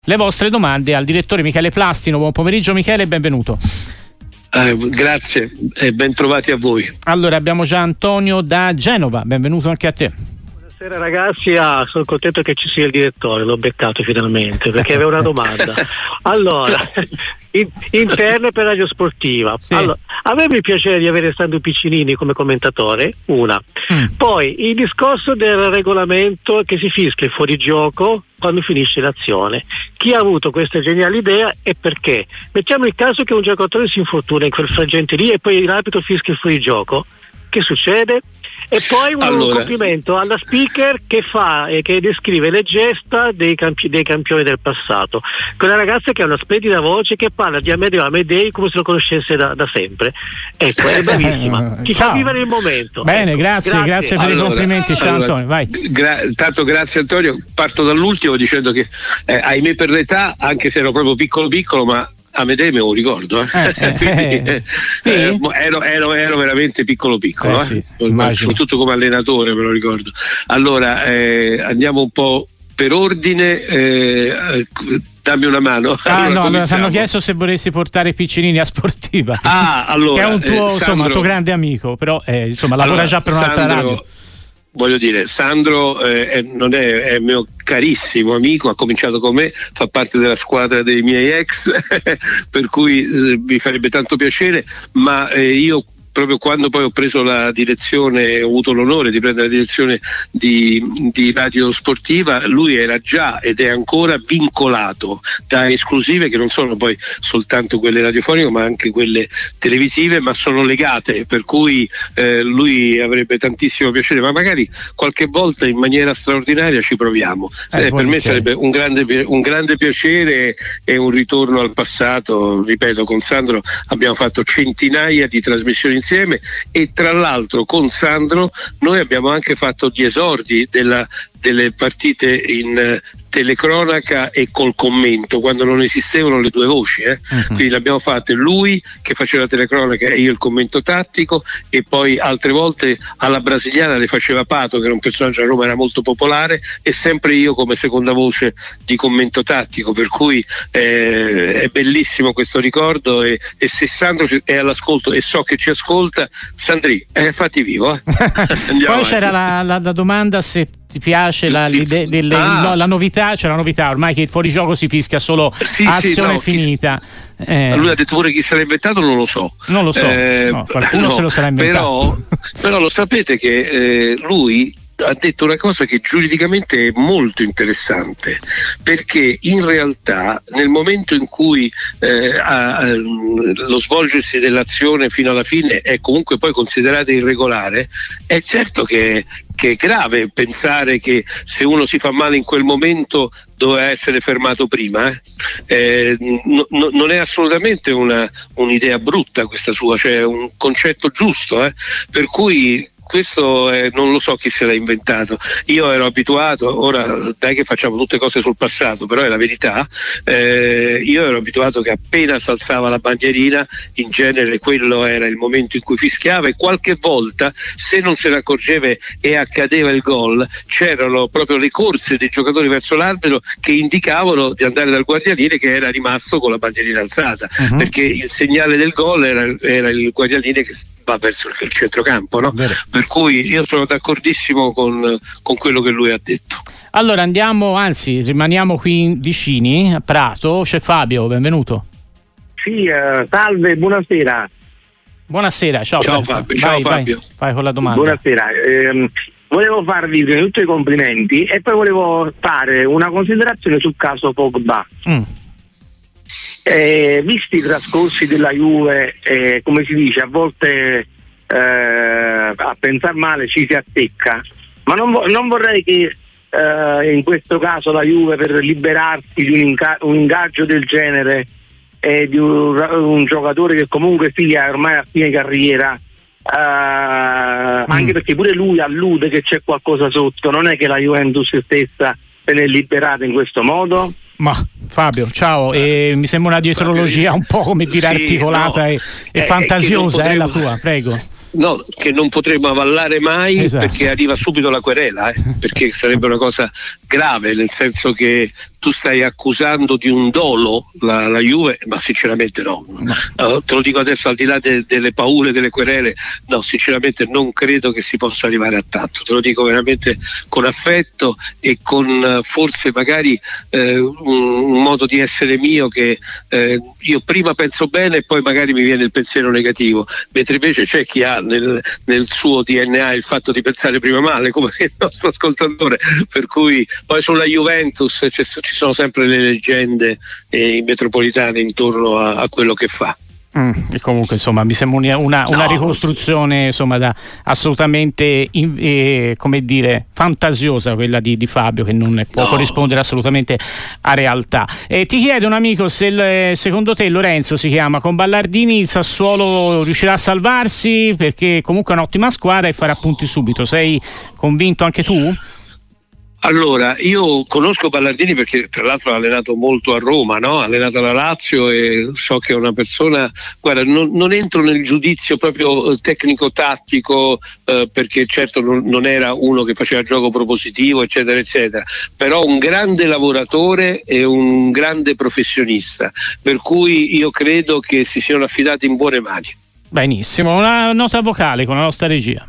le vostre domande al direttore Michele Plastino. Buon pomeriggio Michele, benvenuto. Grazie e ben trovati a voi. Allora abbiamo già Antonio da Genova, benvenuto anche a te. Buonasera ragazzi, sono contento che ci sia il direttore, l'ho beccato finalmente perché avevo una domanda. Allora, interne per Radio Sportiva. Sì. Allora, avevo il piacere di avere Sandro Piccinini come commentatore, una. Poi il discorso del regolamento che si fischia il fuorigioco quando finisce l'azione. Chi ha avuto questa geniale idea e perché? Mettiamo il caso che un giocatore si infortuna in quel frangente lì e poi l'arbitro fischia il fuorigioco. Che succede? E poi un complimento alla speaker che fa e che descrive le gesta dei campioni del passato. Quella ragazza che ha una splendida voce che parla di Amedei come se lo conoscesse da sempre. Ecco, è bravissima. Ti fa vivere il momento. Bene, ecco, grazie per i complimenti. Ciao Antonio, vai. Tanto grazie Antonio. Parto dall'ultimo dicendo che ahimè per l'età, anche se ero proprio piccolo, ma Amedei me lo ricordo, quindi, ero veramente piccolo, sì, soprattutto come allenatore me lo ricordo. Allora andiamo un po' per ordine, dammi una mano. Allora ti hanno chiesto se vorresti portare Piccinini a Sportiva, allora, che è un tuo, tuo grande amico, però lavora già per un'altra radio. Voglio dire, Sandro è mio carissimo amico, ha cominciato con me, fa parte della squadra dei miei ex, per cui mi farebbe tanto piacere, ma io proprio quando poi ho preso la direzione, ho avuto l'onore di prendere la direzione di Radio Sportiva, lui era già ed è ancora vincolato da esclusive che non sono poi soltanto quelle radiofoniche ma anche quelle televisive, ma sono legate, per cui lui avrebbe tantissimo piacere, ma magari qualche volta in maniera straordinaria ci proviamo. Per me sarebbe un grande piacere e un ritorno al passato. Ripeto, con Sandro abbiamo fatto centinaia di trasmissioni insieme e tra l'altro con Sandro noi abbiamo anche fatto gli esordi delle partite in telecronaca e col commento, quando non esistevano le due voci, quindi l'abbiamo fatte lui che faceva la telecronaca e io il commento tattico, e poi altre volte alla brasiliana le faceva Pato, che era un personaggio a Roma, era molto popolare, e sempre io come seconda voce di commento tattico, per cui è bellissimo questo ricordo, e se Sandro è all'ascolto e so che ci ascolta, Sandri, fatti vivo. Poi c'era la domanda se ti piace la novità, c'è la novità ormai che il fuorigioco si fischia solo azione finita. Lui ha detto pure chi se l'ha inventato, non lo so. Qualcuno se lo sarà inventato. Però lo sapete che lui ha detto una cosa che giuridicamente è molto interessante, perché in realtà nel momento in cui lo svolgersi dell'azione fino alla fine è comunque poi considerata irregolare, è certo che è grave pensare che se uno si fa male in quel momento doveva essere fermato prima. Non è assolutamente un'idea brutta questa sua, cioè un concetto giusto, per cui questo non lo so chi se l'ha inventato. Io ero abituato, ora dai che facciamo tutte cose sul passato, però è la verità, io ero abituato che appena si alzava la bandierina in genere quello era il momento in cui fischiava, e qualche volta se non se ne accorgeva e accadeva il gol c'erano proprio le corse dei giocatori verso l'arbitro che indicavano di andare dal guardialine che era rimasto con la bandierina alzata, perché il segnale del gol era il guardialine che va verso il centrocampo, no? Per cui io sono d'accordissimo con quello che lui ha detto. Allora rimaniamo qui vicini a Prato. C'è Fabio, benvenuto. Sì, salve, buonasera. Buonasera, ciao Fabio. Ciao Fabio. Vai con la domanda. Buonasera, volevo farvi prima di tutto i complimenti e poi volevo fare una considerazione sul caso Pogba. Visti i trascorsi della Juve, come si dice, a volte a pensar male ci si attecca, ma non vorrei che in questo caso la Juve, per liberarsi di un ingaggio del genere e di un giocatore che comunque sia ormai a fine carriera, anche perché pure lui allude che c'è qualcosa sotto, non è che la Juventus stessa se ne è liberata in questo modo? Ma Fabio, ciao, mi sembra una dietrologia un po' come dire articolata e fantasiosa, la tua, prego. No, che non potremo avallare mai, esatto, perché arriva subito la querela, perché sarebbe una cosa grave, nel senso che tu stai accusando di un dolo la Juve, ma sinceramente no. Te lo dico adesso, al di là delle paure, delle querele, no, sinceramente non credo che si possa arrivare a tanto, te lo dico veramente con affetto e con forse magari un modo di essere mio che io prima penso bene e poi magari mi viene il pensiero negativo, mentre invece c'è chi ha nel suo DNA il fatto di pensare prima male, come il nostro ascoltatore, per cui poi sulla Juventus ci sono sempre le leggende in metropolitane intorno a quello che fa. E comunque insomma mi sembra una ricostruzione insomma assolutamente come dire fantasiosa, quella di Fabio, che non può corrispondere assolutamente a realtà. Ti chiede un amico se secondo te, Lorenzo si chiama, con Ballardini il Sassuolo riuscirà a salvarsi, perché comunque è un'ottima squadra e farà punti subito. Sei convinto anche tu? Allora, io conosco Ballardini perché tra l'altro ha allenato molto a Roma, no? Ha allenato la Lazio e so che è una persona, guarda, non entro nel giudizio proprio tecnico-tattico, perché certo non era uno che faceva gioco propositivo, eccetera, eccetera, però un grande lavoratore e un grande professionista, per cui io credo che si siano affidati in buone mani. Benissimo, una nota vocale con la nostra regia.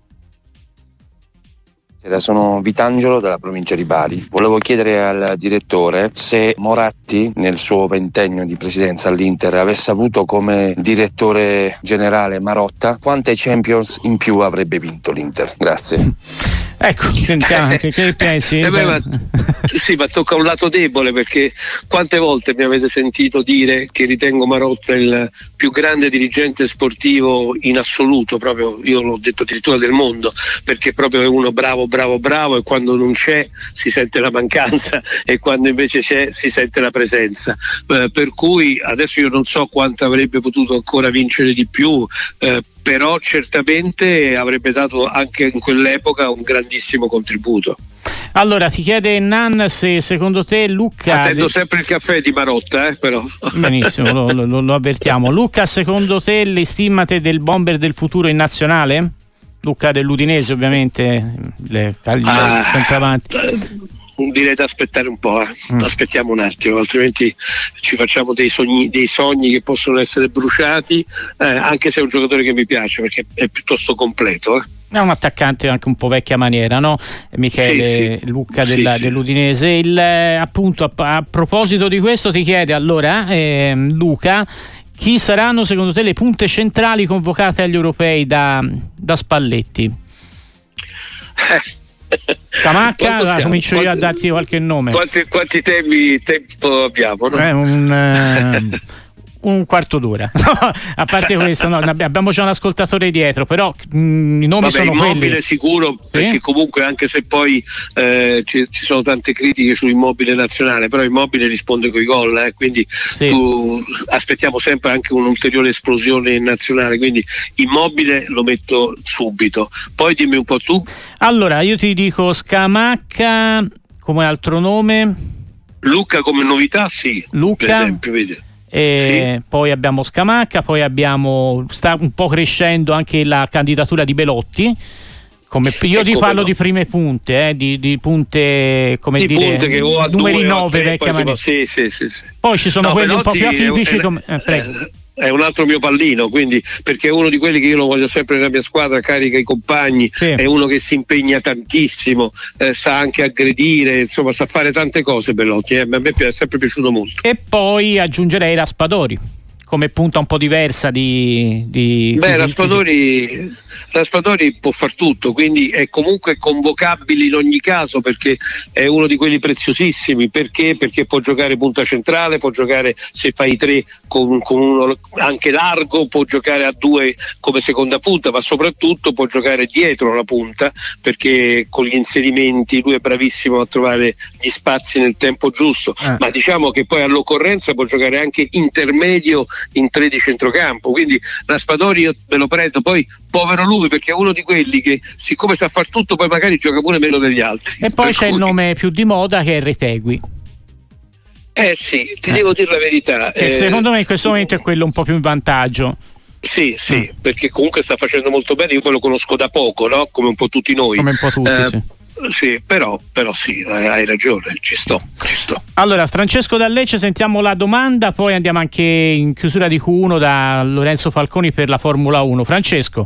Sono Vitangelo della provincia di Bari. Volevo chiedere al direttore se Moratti nel suo ventennio di presidenza all'Inter avesse avuto come direttore generale Marotta, quante Champions in più avrebbe vinto l'Inter? Grazie. Ecco, sentiamo, che pensi? Sì, ma tocca un lato debole, perché quante volte mi avete sentito dire che ritengo Marotta il più grande dirigente sportivo in assoluto, proprio io l'ho detto addirittura del mondo, perché proprio è uno bravo e quando non c'è si sente la mancanza e quando invece c'è si sente la presenza, per cui adesso io non so quanto avrebbe potuto ancora vincere di più, però certamente avrebbe dato anche in quell'epoca un grandissimo contributo. Allora ti chiede Nan se secondo te Luca... Attendo sempre il caffè di Marotta, però. Benissimo, lo avvertiamo. Luca, secondo te le stimmate del bomber del futuro in nazionale? Luca dell'Udinese, ovviamente, le contravanti. Direi da aspettare un po', aspettiamo un attimo, altrimenti ci facciamo dei sogni che possono essere bruciati, anche se è un giocatore che mi piace perché è piuttosto completo. È un attaccante anche un po' vecchia maniera, no? Michele, sì. Luca dell'Udinese. Appunto a proposito di questo ti chiede allora Luca, chi saranno secondo te le punte centrali convocate agli europei da Spalletti? Scamacca, comincio io a darti qualche nome. Quanti tempo abbiamo? No? Un quarto d'ora. A parte questo, no, abbiamo già un ascoltatore dietro, però i nomi sono Immobile quelli. Sicuro, sì? Perché comunque anche se poi ci sono tante critiche sull'Immobile nazionale, però Immobile risponde coi gol, quindi aspettiamo sempre anche un'ulteriore esplosione in nazionale, quindi Immobile lo metto subito. Poi dimmi un po' tu. Allora io ti dico Scamacca come altro nome. Luca come novità, sì. Luca, per esempio, vedi. Poi abbiamo Scamacca, poi sta un po' crescendo anche la candidatura di Belotti. Io ti parlo di prime punte, di punte, come di dire, punte che o a numeri 2 9 vecchia maniera. Sì. Poi ci sono quelli Belotti un po' più atipici prego. È un altro mio pallino, quindi, perché è uno di quelli che io lo voglio sempre nella mia squadra, carica i compagni, è uno che si impegna tantissimo, sa anche aggredire, insomma sa fare tante cose Belotti, a me è sempre piaciuto molto. E poi aggiungerei Raspadori come punta un po' diversa di Raspadori può far tutto, quindi è comunque convocabile in ogni caso, perché è uno di quelli preziosissimi, perché può giocare punta centrale, può giocare, se fai 3 con uno anche largo, può giocare a 2 come seconda punta, ma soprattutto può giocare dietro la punta, perché con gli inserimenti lui è bravissimo a trovare gli spazi nel tempo giusto, ma diciamo che poi all'occorrenza può giocare anche intermedio in 3 di centrocampo, quindi Raspadori io me lo prendo, poi povero lui perché è uno di quelli che siccome sa far tutto poi magari gioca pure meno degli altri. E poi c'è il nome più di moda che è Retegui. Sì, ti devo dire la verità. Secondo me in questo momento è quello un po' più in vantaggio. Sì, perché comunque sta facendo molto bene, io poi lo conosco da poco, no? Come un po' tutti noi. Come un po' tutti, sì. Sì, però sì, hai ragione, ci sto. Allora, Francesco da Lecce, sentiamo la domanda, poi andiamo anche in chiusura di Q1 da Lorenzo Falconi per la Formula 1. Francesco.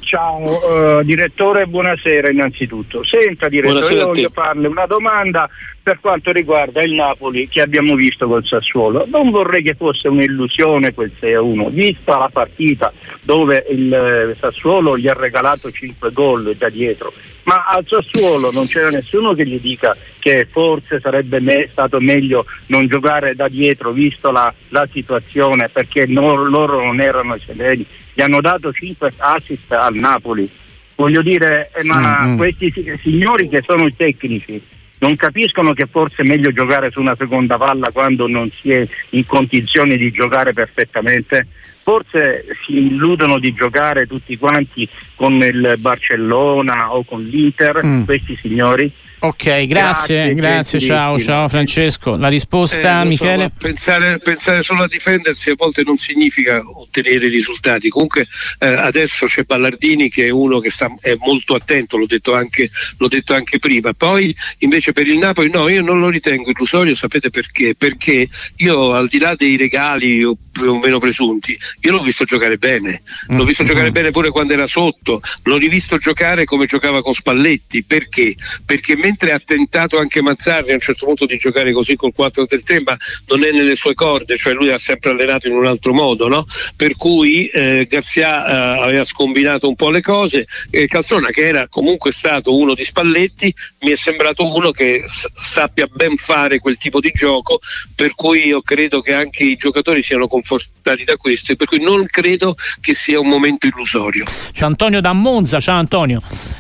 Ciao direttore, buonasera innanzitutto. Senta direttore, io voglio farle una domanda per quanto riguarda il Napoli che abbiamo visto col Sassuolo. Non vorrei che fosse un'illusione quel 6-1, vista la partita dove il Sassuolo gli ha regalato 5 gol da dietro, ma al Sassuolo non c'era nessuno che gli dica che forse sarebbe stato meglio non giocare da dietro, visto la situazione, perché loro non erano eccellenti. Gli hanno dato 5 assist al Napoli. Voglio dire, ma questi signori che sono i tecnici non capiscono che forse è meglio giocare su una seconda palla quando non si è in condizioni di giocare perfettamente? Forse si illudono di giocare tutti quanti con il Barcellona o con l'Inter, questi signori? Ok, grazie, ciao Francesco. La risposta, Michele? Pensare solo a difendersi a volte non significa ottenere risultati. Comunque adesso c'è Ballardini che è uno che è molto attento, l'ho detto anche prima. Poi invece per il Napoli no, io non lo ritengo illusorio, sapete perché? Perché io, al di là dei regali o più o meno presunti, io l'ho visto giocare bene, l'ho visto giocare bene pure quando era sotto, l'ho rivisto giocare come giocava con Spalletti. Perché? Perché mentre ha tentato anche Mazzarri a un certo punto di giocare così col 4-3-3, ma non è nelle sue corde, cioè lui ha sempre allenato in un altro modo, no? Per cui Garcia aveva scombinato un po' le cose, Calzona, che era comunque stato uno di Spalletti, mi è sembrato uno che sappia ben fare quel tipo di gioco, per cui io credo che anche i giocatori siano confortati da questo, e per cui non credo che sia un momento illusorio. C'è Antonio da Monza. Ciao Antonio.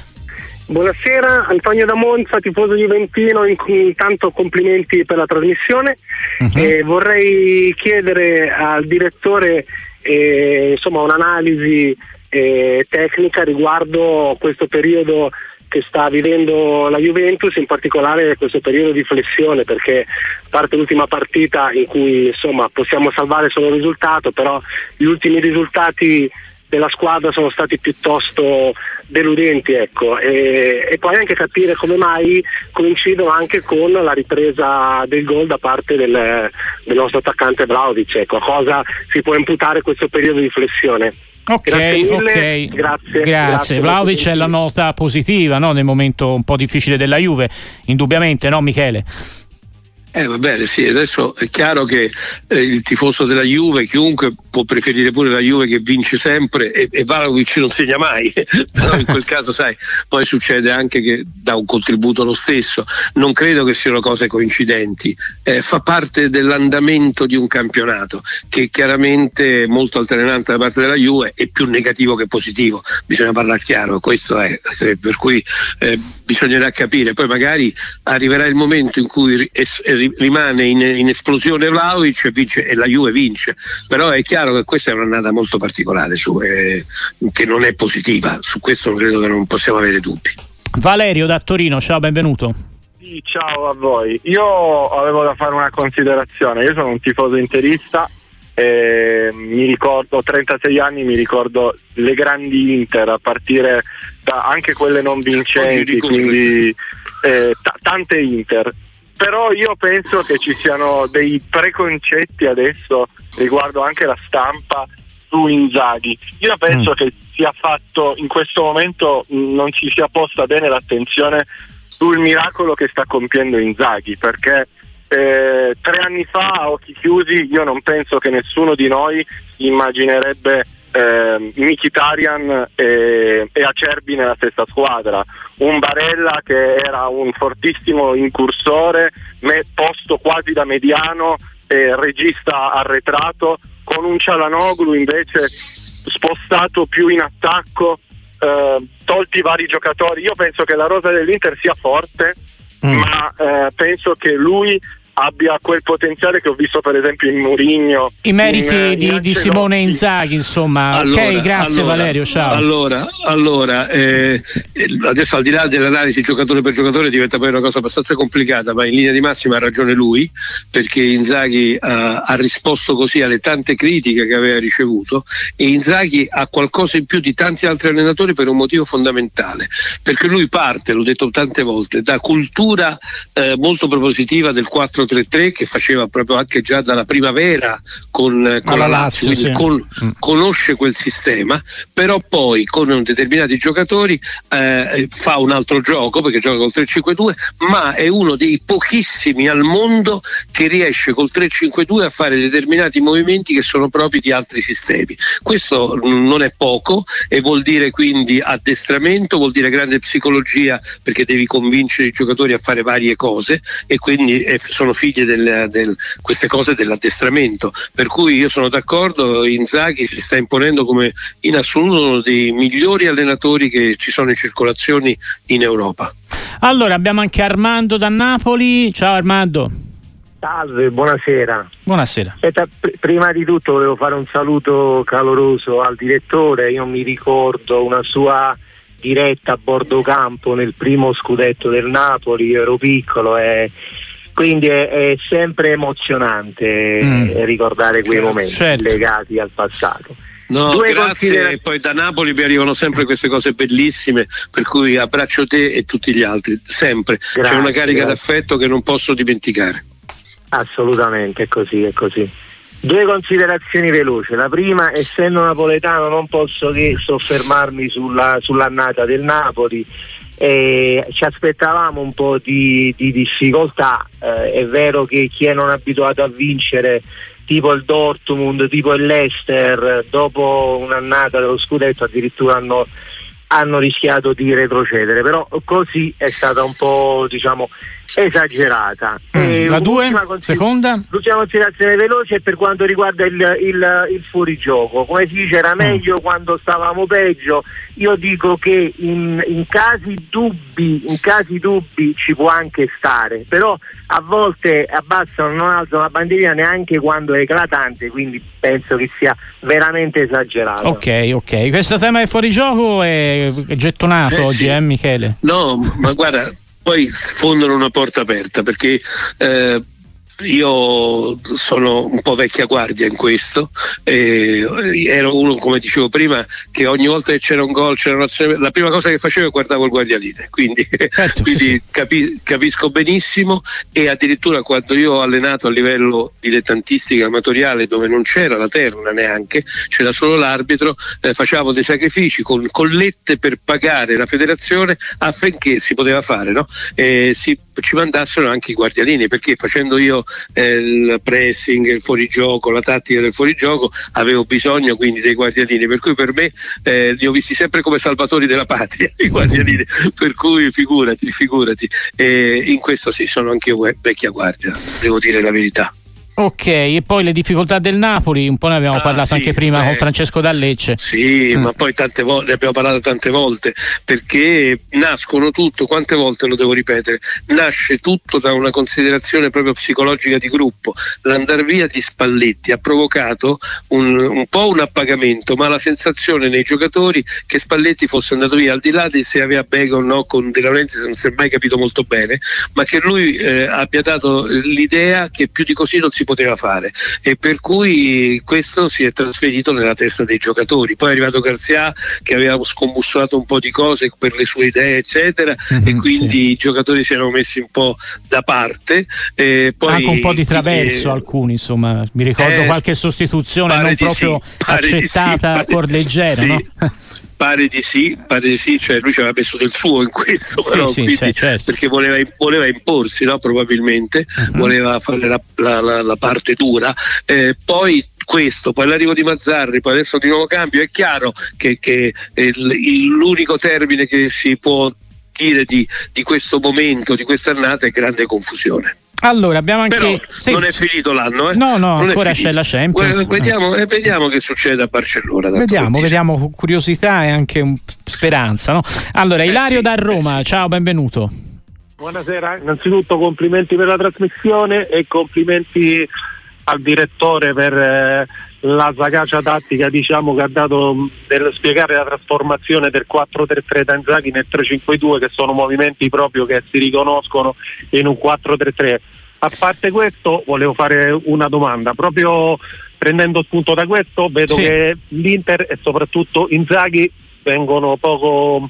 Buonasera, Antonio da Monza, tifoso juventino. Intanto complimenti per la trasmissione. Vorrei chiedere al direttore un'analisi tecnica riguardo questo periodo che sta vivendo la Juventus, in particolare questo periodo di flessione, perché a parte l'ultima partita in cui possiamo salvare solo il risultato, però gli ultimi risultati della squadra sono stati piuttosto deludenti, ecco, e poi anche capire come mai coincidono anche con la ripresa del gol da parte del nostro attaccante Vlahovic, ecco, a cosa si può imputare questo periodo di flessione. Ok. Grazie. Vlahovic è la nota positiva, no? Nel momento un po' difficile della Juve, indubbiamente, no Michele? Va bene, sì, adesso è chiaro che il tifoso della Juve, chiunque può preferire pure la Juve che vince sempre, e Vlahovic non segna mai, però in quel caso sai, poi succede anche che dà un contributo lo stesso. Non credo che siano cose coincidenti, fa parte dell'andamento di un campionato che chiaramente è molto altalenante da parte della Juve, è più negativo che positivo, bisogna parlare chiaro, questo è, per cui bisognerà capire, poi magari arriverà il momento in cui rimane in esplosione Vlahovic e vince, e la Juve vince, però è chiaro che questa è un'annata molto particolare che non è positiva, su questo credo che non possiamo avere dubbi. Valerio da Torino, ciao, benvenuto. Sì, ciao a voi. Io avevo da fare una considerazione, io sono un tifoso interista e mi ricordo, ho 36 anni, mi ricordo le grandi Inter, a partire da anche quelle non vincenti, quindi tante Inter. Però io penso che ci siano dei preconcetti adesso riguardo anche la stampa su Inzaghi. Io penso che sia fatto, in questo momento non ci sia posta bene l'attenzione sul miracolo che sta compiendo Inzaghi, perché 3 anni fa, a occhi chiusi, io non penso che nessuno di noi immaginerebbe Mkhitaryan e Acerbi nella stessa squadra, un Barella che era un fortissimo incursore, posto quasi da mediano, regista arretrato, con un Çalhanoğlu invece spostato più in attacco, tolti vari giocatori. Io penso che la rosa dell'Inter sia forte, ma penso che lui abbia quel potenziale che ho visto per esempio in Mourinho. I meriti di Simone Inzaghi, insomma. Ok, grazie Valerio, ciao. Allora, adesso al di là dell'analisi giocatore per giocatore diventa poi una cosa abbastanza complicata, ma in linea di massima ha ragione lui, perché Inzaghi ha risposto così alle tante critiche che aveva ricevuto, e Inzaghi ha qualcosa in più di tanti altri allenatori per un motivo fondamentale, perché lui parte, l'ho detto tante volte, da cultura molto propositiva del 4-3-3 che faceva proprio anche già dalla primavera con la Lazio, quindi sì. Conosce quel sistema, però poi con determinati giocatori fa un altro gioco, perché gioca col 3-5-2, ma è uno dei pochissimi al mondo che riesce col 3-5-2 a fare determinati movimenti che sono propri di altri sistemi. Questo non è poco, e vuol dire quindi addestramento, vuol dire grande psicologia, perché devi convincere i giocatori a fare varie cose, e quindi sono figlie queste cose dell'addestramento, per cui io sono d'accordo. Inzaghi si sta imponendo come in assoluto uno dei migliori allenatori che ci sono in circolazione in Europa. Allora abbiamo anche Armando da Napoli. Ciao Armando. Salve, buonasera. Buonasera. Prima di tutto volevo fare un saluto caloroso al direttore. Io mi ricordo una sua diretta a bordo campo nel primo scudetto del Napoli, io ero piccolo, e quindi è sempre emozionante ricordare quei momenti legati al passato. No, grazie, e poi da Napoli mi arrivano sempre queste cose bellissime, per cui abbraccio te e tutti gli altri, sempre. C'è una carica d'affetto che non posso dimenticare. Assolutamente, è così. 2 considerazioni veloci. La prima, essendo napoletano non posso che soffermarmi sull'annata del Napoli. Ci aspettavamo un po' di difficoltà, è vero che chi è non abituato a vincere, tipo il Dortmund, tipo il Leicester, dopo un'annata dello scudetto addirittura hanno rischiato di retrocedere, però così è stata un po', diciamo, esagerata. La seconda? L'ultima considerazione veloce è per quanto riguarda il fuorigioco. Come si dice, era meglio quando stavamo peggio. Io dico che in casi dubbi ci può anche stare, però a volte non alzano la bandierina neanche quando è eclatante, quindi penso che sia veramente esagerato. Ok, questo tema del fuorigioco è gettonato oggi, Michele? No, ma guarda, poi sfondano una porta aperta, perché io sono un po' vecchia guardia in questo, ero uno, come dicevo prima, che ogni volta che c'era un gol, c'era un'azione, la prima cosa che facevo è guardavo il guardialine, quindi capisco benissimo. E addirittura quando io ho allenato a livello dilettantistico amatoriale, dove non c'era la terna neanche, c'era solo l'arbitro, facevamo dei sacrifici con collette per pagare la federazione affinché si poteva fare, no? Ci mandassero anche i guardialini, perché facendo io il pressing, il fuorigioco, la tattica del fuorigioco, avevo bisogno quindi dei guardialini, per cui per me li ho visti sempre come salvatori della patria i guardialini, per cui figurati, in questo sì, sono anche io vecchia guardia, devo dire la verità. Ok, e poi le difficoltà del Napoli, un po' ne abbiamo parlato anche prima con Francesco Dallecce. Sì, ma poi tante volte, ne abbiamo parlato tante volte, perché nascono tutto, quante volte lo devo ripetere, nasce tutto da una considerazione proprio psicologica di gruppo. L'andar via di Spalletti ha provocato un po' un appagamento, ma la sensazione nei giocatori che Spalletti fosse andato via, al di là di se aveva bega o no con De Laurentiis, non si è mai capito molto bene, ma che lui abbia dato l'idea che più di così non si poteva fare, e per cui questo si è trasferito nella testa dei giocatori. Poi è arrivato Garcia che aveva scombussolato un po' di cose per le sue idee eccetera, e quindi i giocatori si erano messi un po' da parte, poi anche un po' di traverso alcuni, insomma, mi ricordo qualche sostituzione non proprio accettata a cuor leggero, no? Pare di sì, cioè lui ci aveva messo del suo in questo, però, quindi, certo. Perché voleva imporsi, no? Probabilmente voleva fare la parte dura, poi l'arrivo di Mazzarri, poi adesso di nuovo cambio. È chiaro che l'unico termine che si può dire di questo momento, di quest'annata, è grande confusione. Allora abbiamo anche però non è finito l'anno, no, ancora c'è la Champions. Vediamo che succede a Barcellona. Vediamo con curiosità e anche speranza, no? Allora Ilario da Roma, ciao, benvenuto. Buonasera, innanzitutto complimenti per la trasmissione e complimenti al direttore per la sagacia tattica, diciamo, che ha dato per spiegare la trasformazione del 4-3-3 da Inzaghi nel 3-5-2, che sono movimenti proprio che si riconoscono in un 4-3-3. A parte questo, volevo fare una domanda, proprio prendendo spunto da questo, vedo che l'Inter e soprattutto Inzaghi vengono poco,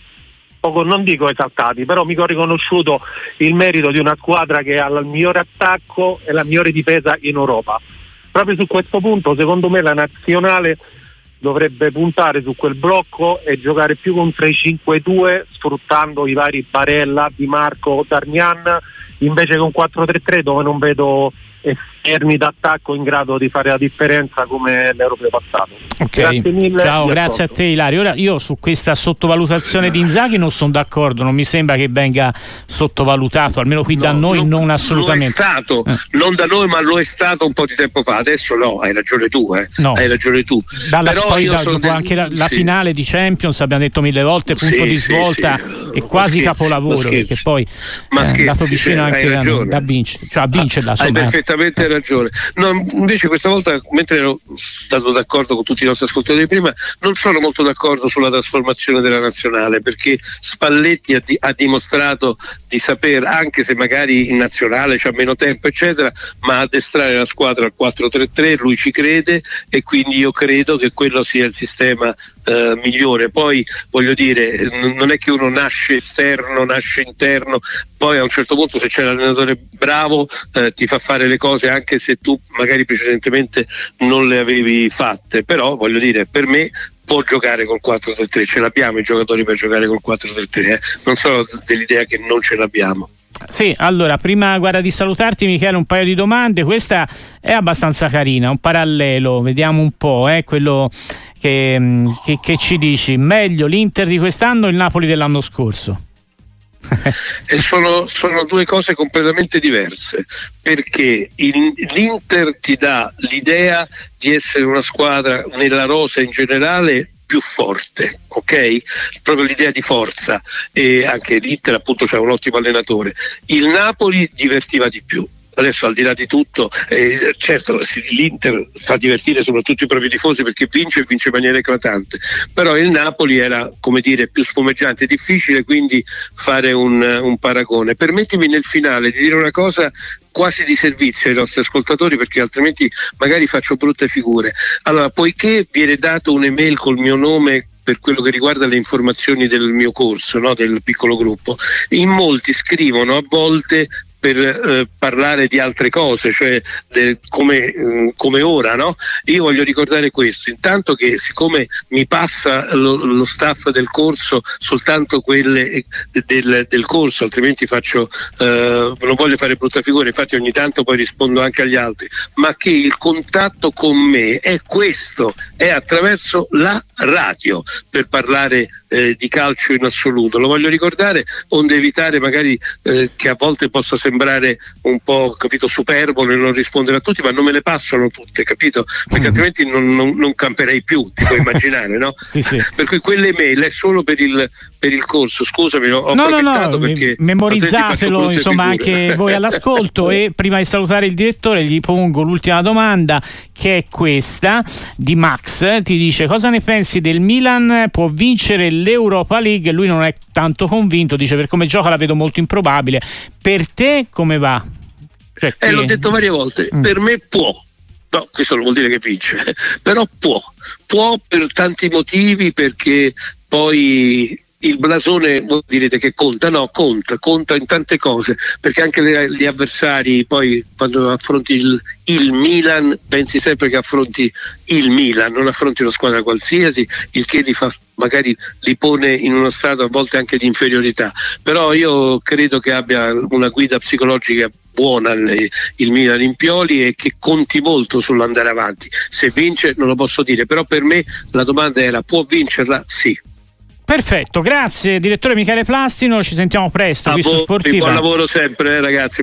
non dico esaltati, però mica ho riconosciuto il merito di una squadra che ha il migliore attacco e la migliore difesa in Europa. Proprio su questo punto, secondo me, la nazionale dovrebbe puntare su quel blocco e giocare più con 3-5-2, sfruttando i vari Barella, Di Marco, Darmian, invece che un 4-3-3 dove non vedo esterni d'attacco in grado di fare la differenza come l'Europeo passato. Okay. Grazie mille. Ciao, grazie a te Ilario. Ora io su questa sottovalutazione di Inzaghi non sono d'accordo, non mi sembra che venga sottovalutato, almeno qui da noi non assolutamente. Lo è stato, non da noi, ma lo è stato un po' di tempo fa, adesso no, hai ragione tu, no. Hai ragione tu. Dopo anche la finale di Champions abbiamo detto 1000 volte, punto di svolta e quasi capolavoro, perché poi è andato vicino anche da vincere, cioè a vincerla. Hai perfettamente ragione. No, invece questa volta, mentre ero stato d'accordo con tutti i nostri ascoltatori prima, non sono molto d'accordo sulla trasformazione della nazionale, perché Spalletti ha dimostrato di saper, anche se magari in nazionale c'ha meno tempo eccetera, ma addestrare la squadra al 4-3-3, lui ci crede e quindi io credo che quello sia il sistema migliore. Poi voglio dire, non è che uno nasce esterno, nasce interno, poi a un certo punto se c'è l'allenatore bravo ti fa fare le cose anche se tu magari precedentemente non le avevi fatte, però voglio dire, per me può giocare col 4-3-3, ce l'abbiamo i giocatori per giocare col 4-3-3, non sono dell'idea che non ce l'abbiamo. Sì, allora prima di salutarti Michele, un paio di domande. Questa è abbastanza carina, un parallelo, vediamo un po' quello che ci dici. Meglio l'Inter di quest'anno o il Napoli dell'anno scorso? E sono due cose completamente diverse, perché l'Inter ti dà l'idea di essere una squadra nella rosa in generale più forte, ok? Proprio l'idea di forza, e anche l'Inter appunto c'ha un ottimo allenatore. Il Napoli divertiva di più. Adesso al di là di tutto, certo l'Inter fa divertire soprattutto i propri tifosi perché vince in maniera eclatante, però il Napoli era, come dire, più spumeggiante, difficile quindi fare un paragone. Permettimi nel finale di dire una cosa quasi di servizio ai nostri ascoltatori, perché altrimenti magari faccio brutte figure. Allora, poiché viene dato un'email col mio nome per quello che riguarda le informazioni del mio corso, no, del piccolo gruppo, in molti scrivono a volte per parlare di altre cose, cioè come ora, no? Io voglio ricordare questo, intanto che siccome mi passa lo staff del corso soltanto quelle del corso, altrimenti non voglio fare brutta figura, infatti ogni tanto poi rispondo anche agli altri, ma che il contatto con me è questo, è attraverso la radio, per parlare di calcio in assoluto. Lo voglio ricordare onde evitare magari che a volte possa sembrare un po', capito, superbolo e non rispondere a tutti, ma non me le passano tutte, capito? Perché altrimenti non camperei più, ti puoi immaginare, no? Sì. Per cui quelle mail è solo per il corso, scusami, ho approfittato perché memorizzatelo, insomma, anche voi all'ascolto. E prima di salutare il direttore gli pongo l'ultima domanda, che è questa di Max. Ti dice: cosa ne pensi del Milan? Può vincere l'Europa League? Lui non è tanto convinto, dice per come gioca la vedo molto improbabile. Per te come va? Cioè, l'ho detto varie volte, per me può. No, questo non vuol dire che vince, però può per tanti motivi, perché poi il blasone, voi direte che conta, no, conta in tante cose, perché anche gli avversari, poi quando affronti il Milan pensi sempre che affronti il Milan, non affronti una squadra qualsiasi, il che magari li pone in uno stato a volte anche di inferiorità, però io credo che abbia una guida psicologica buona il Milan in Pioli e che conti molto sull'andare avanti. Se vince non lo posso dire, però per me la domanda era: può vincerla? Sì. Perfetto, grazie direttore Michele Plastino, ci sentiamo presto qui su Sportiva. Buon lavoro sempre, ragazzi.